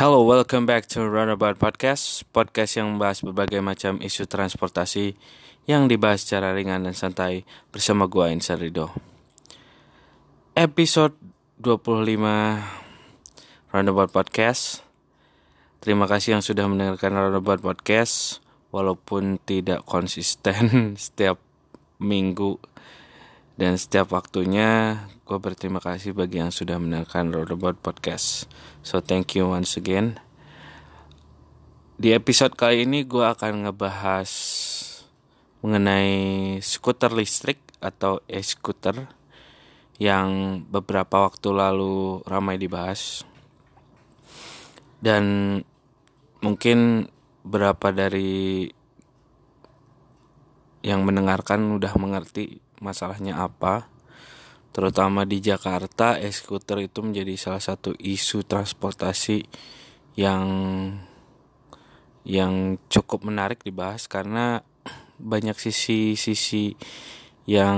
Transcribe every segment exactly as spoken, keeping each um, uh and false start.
Hello, welcome back to Runabout Podcast. Podcast yang membahas berbagai macam isu transportasi yang dibahas secara ringan dan santai bersama gua Insan Rido. Episode dua puluh lima Runabout Podcast. Terima kasih yang sudah mendengarkan Runabout Podcast walaupun tidak konsisten setiap minggu dan setiap waktunya. Gue berterima kasih bagi yang sudah mendengarkan Roundabout Podcast. So thank you once again. Di episode kali ini gue akan ngebahas mengenai skuter listrik atau e-scooter yang beberapa waktu lalu ramai dibahas. Dan mungkin beberapa dari yang mendengarkan udah mengerti masalahnya apa. Terutama di Jakarta, e-scooter itu menjadi salah satu isu transportasi yang yang cukup menarik dibahas karena banyak sisi-sisi yang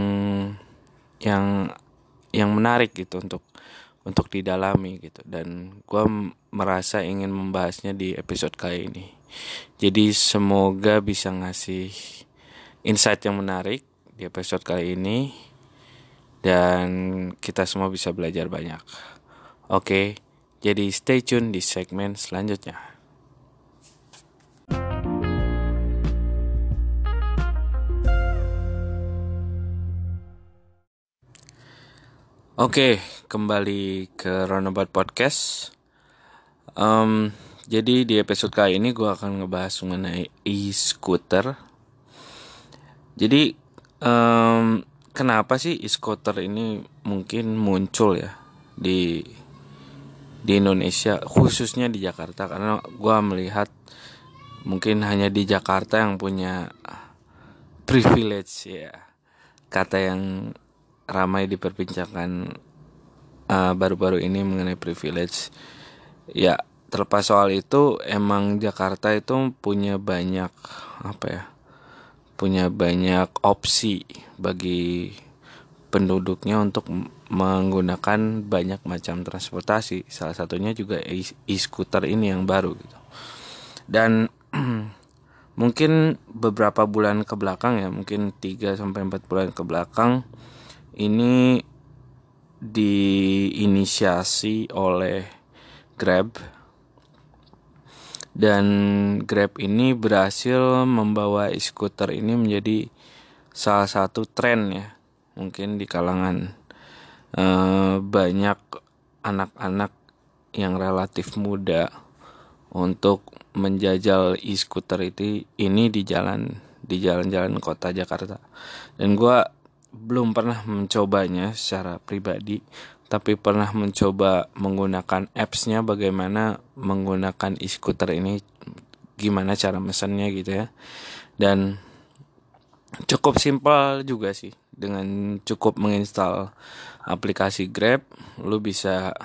yang yang menarik gitu untuk untuk didalami gitu, dan gue merasa ingin membahasnya di episode kali ini. Jadi semoga bisa ngasih insight yang menarik di episode kali ini dan kita semua bisa belajar banyak. Oke, jadi stay tune di segmen selanjutnya. Oke, kembali ke Roundabout Podcast. Um, jadi di episode kali ini gue akan ngebahas mengenai e-scooter. Jadi um, kenapa sih e-scooter ini mungkin muncul ya di di Indonesia, khususnya di Jakarta, karena gue melihat mungkin hanya di Jakarta yang punya privilege ya, kata yang ramai diperbincangkan uh, baru-baru ini mengenai privilege. Ya terlepas soal itu, emang Jakarta itu punya banyak apa ya, punya banyak opsi bagi penduduknya untuk menggunakan banyak macam transportasi. Salah satunya juga e-scooter ini yang baru gitu. Dan mungkin beberapa bulan ke belakang ya, mungkin tiga sampai empat bulan ke belakang ini diinisiasi oleh Grab. Dan Grab ini berhasil membawa e-scooter ini menjadi salah satu tren ya, mungkin di kalangan eh, banyak anak-anak yang relatif muda untuk menjajal e-scooter itu ini di jalan di jalan-jalan kota Jakarta. Dan gue belum pernah mencobanya secara pribadi, tapi pernah mencoba menggunakan apps-nya, bagaimana menggunakan e-scooter ini, gimana cara mesennya gitu ya. Dan cukup simpel juga sih, dengan cukup menginstal aplikasi Grab, lu bisa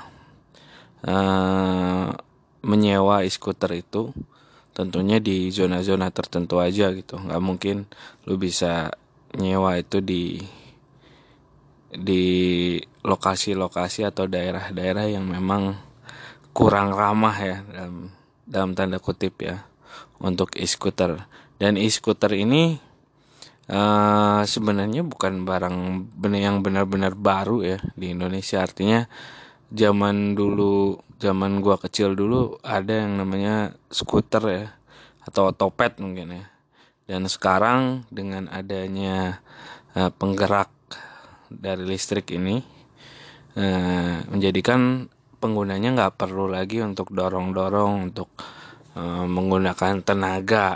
uh, menyewa e-scooter itu, tentunya di zona-zona tertentu aja gitu. Nggak mungkin lu bisa nyewa itu di di lokasi-lokasi atau daerah-daerah yang memang kurang ramah ya, dalam dalam tanda kutip ya, untuk e-scooter. Dan e-scooter ini uh, sebenarnya bukan barang benar yang benar-benar baru ya di Indonesia. Artinya zaman dulu, zaman gua kecil dulu ada yang namanya skuter ya, atau otopet mungkin ya. Dan sekarang dengan adanya uh, penggerak dari listrik ini, uh, menjadikan penggunanya nggak perlu lagi untuk dorong-dorong, untuk uh, menggunakan tenaga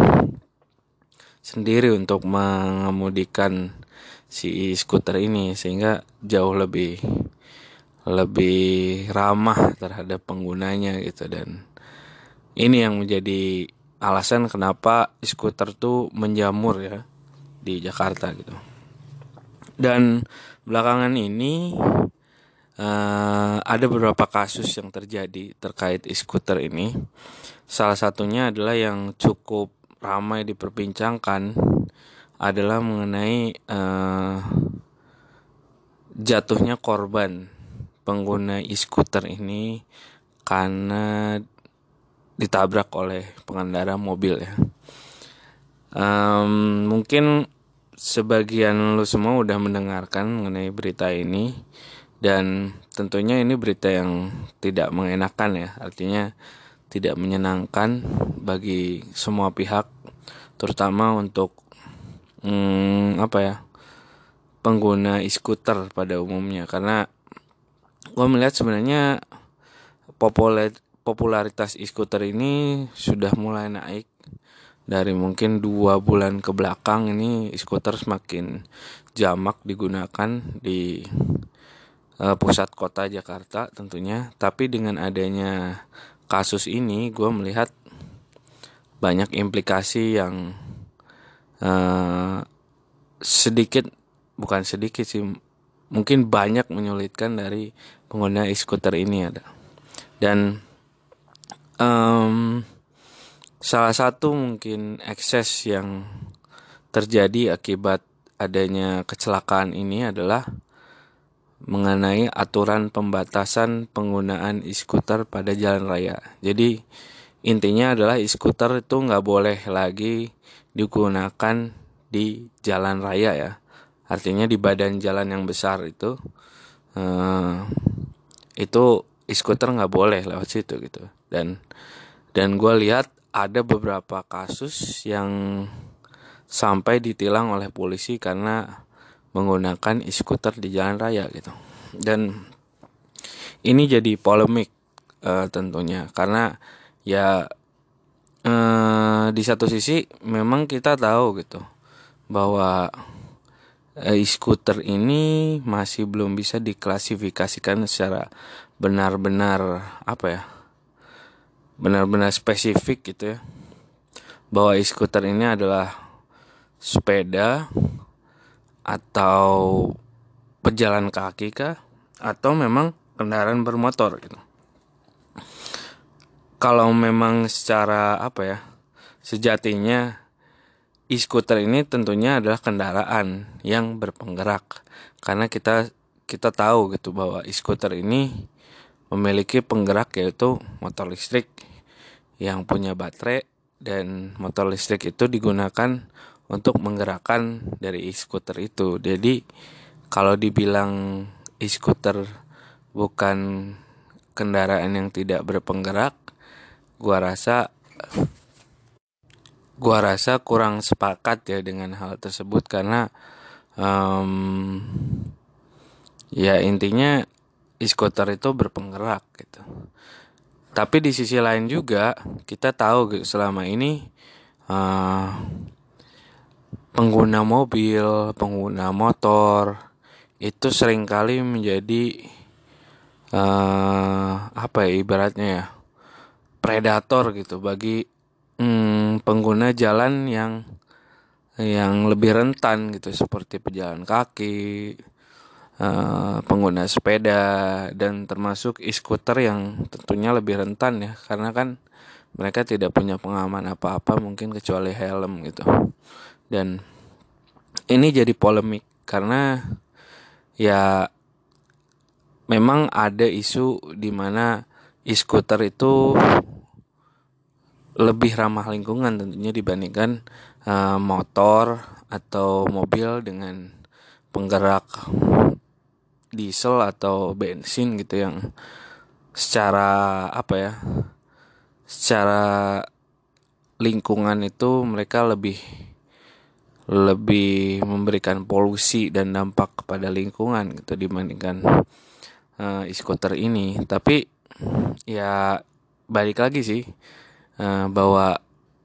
sendiri untuk mengemudikan si skuter ini, sehingga jauh lebih lebih ramah terhadap penggunanya gitu. Dan ini yang menjadi alasan kenapa skuter tuh menjamur ya di Jakarta gitu. Dan belakangan ini uh, ada beberapa kasus yang terjadi terkait e-scooter ini. Salah satunya adalah yang cukup ramai diperbincangkan adalah mengenai uh, jatuhnya korban pengguna e-scooter ini karena ditabrak oleh pengendara mobil ya. Um, mungkin sebagian lu semua udah mendengarkan mengenai berita ini, dan tentunya ini berita yang tidak mengenakan ya, artinya tidak menyenangkan bagi semua pihak, terutama untuk hmm, apa ya pengguna e-scooter pada umumnya, karena gue melihat sebenarnya populer popularitas e-scooter ini sudah mulai naik. Dari mungkin dua bulan ke belakang ini e-scooter semakin jamak digunakan di uh, pusat kota Jakarta tentunya. Tapi dengan adanya kasus ini, gue melihat banyak implikasi yang uh, sedikit, bukan sedikit sih, mungkin banyak menyulitkan dari pengguna e-scooter ini ada. Dan um, salah satu mungkin ekses yang terjadi akibat adanya kecelakaan ini adalah mengenai aturan pembatasan penggunaan e-scooter pada jalan raya. Jadi intinya adalah e-scooter itu nggak boleh lagi digunakan di jalan raya ya. Artinya di badan jalan yang besar itu, eh, itu e-scooter nggak boleh lewat situ gitu. Dan dan gue lihat ada beberapa kasus yang sampai ditilang oleh polisi karena menggunakan e-scooter di jalan raya gitu. Dan ini jadi polemik uh, tentunya, karena ya uh, di satu sisi memang kita tahu gitu bahwa uh, e-scooter ini masih belum bisa diklasifikasikan secara benar-benar apa ya benar-benar spesifik gitu ya, bahwa e-scooter ini adalah sepeda atau pejalan kaki kah, atau memang kendaraan bermotor gitu. Kalau memang secara apa ya sejatinya e-scooter ini tentunya adalah kendaraan yang berpenggerak, karena kita kita tahu gitu bahwa e-scooter ini memiliki penggerak yaitu motor listrik yang punya baterai, dan motor listrik itu digunakan untuk menggerakkan dari e-scooter itu. Jadi kalau dibilang e-scooter bukan kendaraan yang tidak berpenggerak, gua rasa gua rasa kurang sepakat ya dengan hal tersebut, karena um, ya intinya e-scooter itu berpenggerak gitu. Tapi di sisi lain juga kita tahu gitu, selama ini uh, pengguna mobil, pengguna motor itu seringkali menjadi uh, apa ya ibaratnya ya predator gitu bagi hmm, pengguna jalan yang yang lebih rentan gitu, seperti pejalan kaki, uh, pengguna sepeda, dan termasuk e-scooter yang tentunya lebih rentan ya, karena kan mereka tidak punya pengaman apa-apa mungkin kecuali helm gitu. Dan ini jadi polemik karena ya memang ada isu di mana e-scooter itu lebih ramah lingkungan tentunya dibandingkan uh, motor atau mobil dengan penggerak diesel atau bensin gitu, yang secara apa ya secara lingkungan itu mereka lebih lebih memberikan polusi dan dampak kepada lingkungan gitu dibandingkan uh, e-scooter ini. Tapi ya balik lagi sih uh, bahwa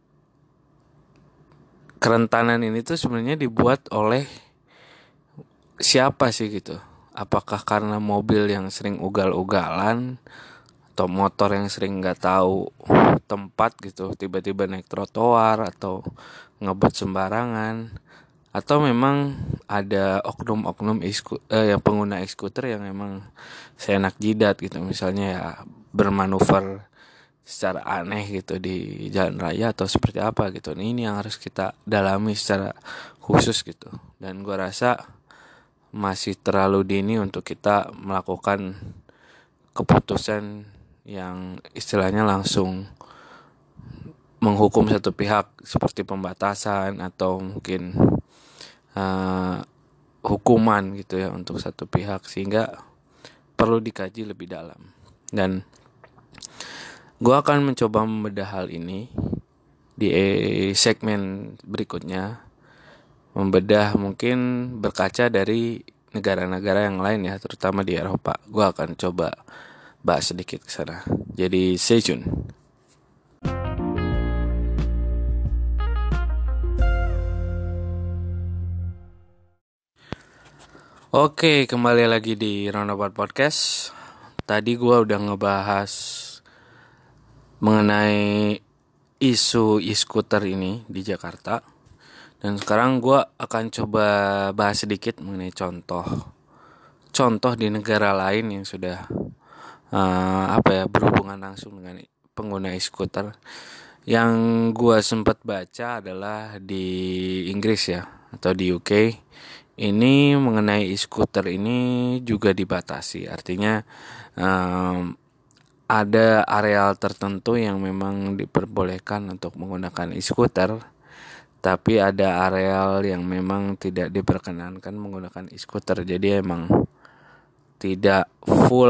kerentanan ini tuh sebenarnya dibuat oleh siapa sih gitu? Apakah karena mobil yang sering ugal-ugalan, atau motor yang sering nggak tahu tempat gitu, tiba-tiba naik trotoar atau ngebut sembarangan, atau memang ada oknum-oknum e-sco- eh, yang pengguna e-scooter yang memang seenak jidat gitu, misalnya ya bermanuver secara aneh gitu di jalan raya atau seperti apa gitu. Nah, ini yang harus kita dalami secara khusus gitu. Dan gue rasa masih terlalu dini untuk kita melakukan keputusan yang istilahnya langsung menghukum satu pihak seperti pembatasan atau mungkin uh, hukuman gitu ya untuk satu pihak, sehingga perlu dikaji lebih dalam. Dan gue akan mencoba membedah hal ini di segmen berikutnya, membedah mungkin berkaca dari negara-negara yang lain ya, terutama di Eropa. Gue akan coba bahas sedikit ke sana. Jadi stay tune. Oke, kembali lagi di Roundabout Podcast. Tadi gue udah ngebahas mengenai isu e-scooter ini di Jakarta. Dan sekarang gue akan coba bahas sedikit mengenai contoh Contoh di negara lain yang sudah uh, apa ya berhubungan langsung dengan pengguna e-scooter. Yang gue sempat baca adalah di Inggris ya, atau di U K. Ini mengenai e-scooter ini juga dibatasi. Artinya um, ada areal tertentu yang memang diperbolehkan untuk menggunakan e-scooter, tapi ada areal yang memang tidak diperkenankan menggunakan e-scooter. Jadi emang tidak full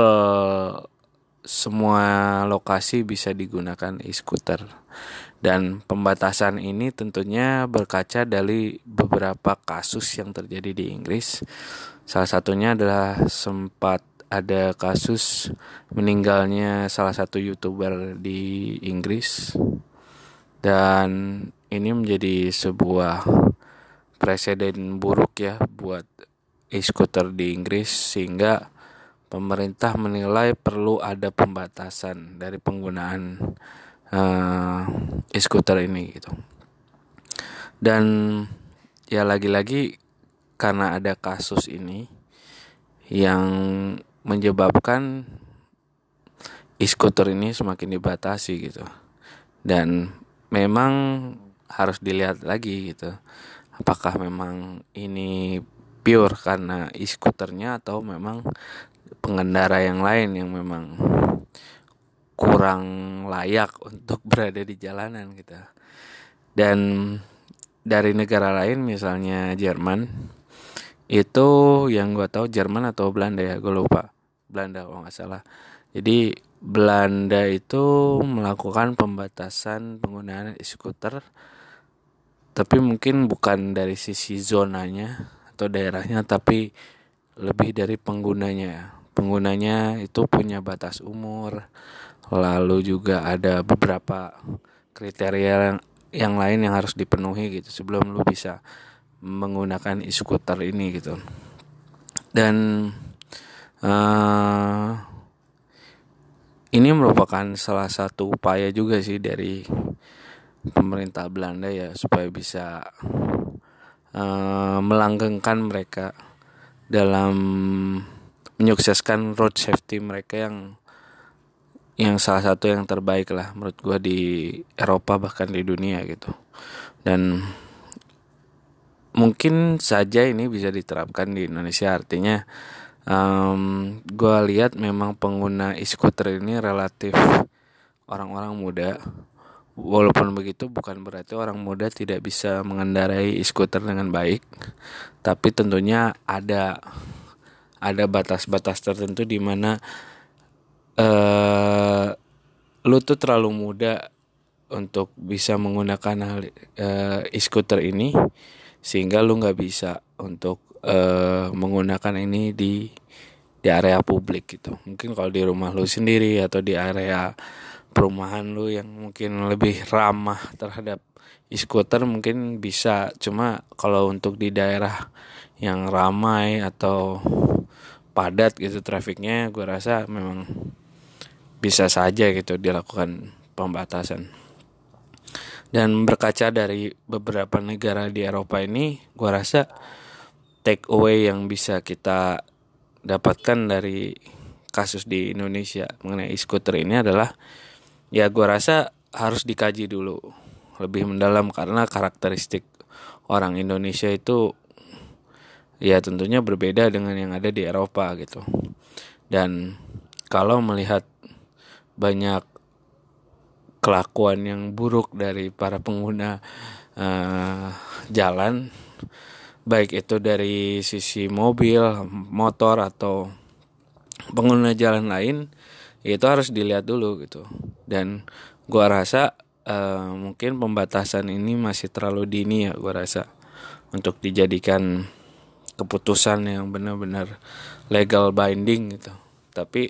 semua lokasi bisa digunakan e-scooter. Dan pembatasan ini tentunya berkaca dari beberapa kasus yang terjadi di Inggris. Salah satunya adalah sempat ada kasus meninggalnya salah satu YouTuber di Inggris. Dan ini menjadi sebuah presiden buruk ya buat e-scooter di Inggris, sehingga pemerintah menilai perlu ada pembatasan dari penggunaan uh, e-scooter ini gitu. Dan ya lagi-lagi karena ada kasus ini yang menyebabkan e-scooter ini semakin dibatasi gitu. Dan memang harus dilihat lagi gitu, apakah memang ini pure karena e-scooternya atau memang pengendara yang lain yang memang kurang layak untuk berada di jalanan gitu. Dan dari negara lain misalnya Jerman, itu yang gue tahu Jerman atau Belanda ya, gue lupa, Belanda kalau nggak salah. Jadi Belanda itu melakukan pembatasan penggunaan e-scooter, tapi mungkin bukan dari sisi zonanya atau daerahnya, tapi lebih dari penggunanya. Penggunanya itu punya batas umur, lalu juga ada beberapa kriteria yang, yang lain yang harus dipenuhi gitu sebelum lu bisa menggunakan e-scooter ini gitu. Dan uh, ini merupakan salah satu upaya juga sih dari pemerintah Belanda ya, supaya bisa uh, melanggengkan mereka dalam menyukseskan road safety mereka yang yang salah satu yang terbaik lah menurut gue di Eropa bahkan di dunia gitu. Dan mungkin saja ini bisa diterapkan di Indonesia. Artinya um, gue lihat memang pengguna e-scooter ini relatif orang-orang muda. Walaupun begitu bukan berarti orang muda tidak bisa mengendarai e-scooter dengan baik, tapi tentunya ada ada batas-batas tertentu di mana uh, lu tuh terlalu muda untuk bisa menggunakan hal, uh, e-scooter ini, sehingga lu nggak bisa untuk uh, menggunakan ini di di area publik gitu. Mungkin kalau di rumah lu sendiri atau di area perumahan lu yang mungkin lebih ramah terhadap e-scooter mungkin bisa. Cuma kalau untuk di daerah yang ramai atau padat gitu trafiknya, gue rasa memang bisa saja gitu dilakukan pembatasan. Dan berkaca dari beberapa negara di Eropa ini, gue rasa take away yang bisa kita dapatkan dari kasus di Indonesia mengenai e-scooter ini adalah, ya gue rasa harus dikaji dulu lebih mendalam, karena karakteristik orang Indonesia itu ya tentunya berbeda dengan yang ada di Eropa gitu. Dan kalau melihat banyak kelakuan yang buruk dari para pengguna uh, jalan, baik itu dari sisi mobil, motor atau pengguna jalan lain, itu harus dilihat dulu gitu. Dan gua rasa uh, mungkin pembatasan ini masih terlalu dini ya, gua rasa untuk dijadikan keputusan yang benar-benar legal binding gitu. Tapi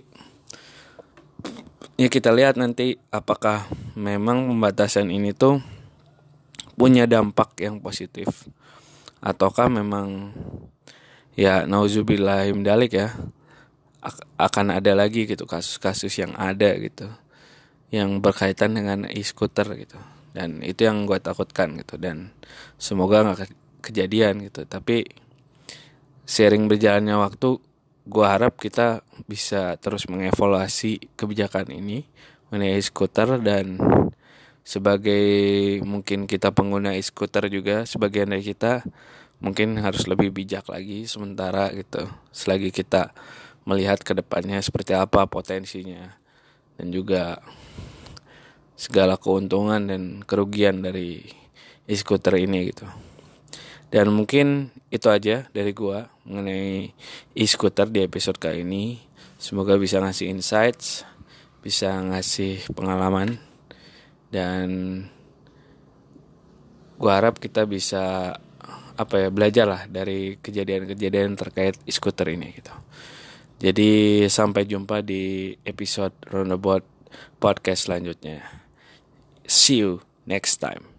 ya kita lihat nanti apakah memang pembatasan ini tuh punya dampak yang positif, ataukah memang ya nauzubillahi dalik ya, akan ada lagi gitu kasus-kasus yang ada gitu yang berkaitan dengan e-scooter gitu. Dan itu yang gue takutkan gitu, dan semoga gak ke- kejadian gitu. Tapi seiring berjalannya waktu, gue harap kita bisa terus mengevaluasi kebijakan ini mengenai e-scooter. Dan sebagai mungkin kita pengguna e-scooter juga, sebagian dari kita mungkin harus lebih bijak lagi sementara gitu, selagi kita melihat ke depannya seperti apa potensinya, dan juga segala keuntungan dan kerugian dari e-scooter ini gitu. Dan mungkin itu aja dari gua mengenai e-scooter di episode kali ini. Semoga bisa ngasih insights, bisa ngasih pengalaman, dan gua harap kita bisa apa ya belajar lah dari kejadian-kejadian terkait e-scooter ini gitu. Jadi sampai jumpa di episode Roundabout Podcast selanjutnya. See you next time.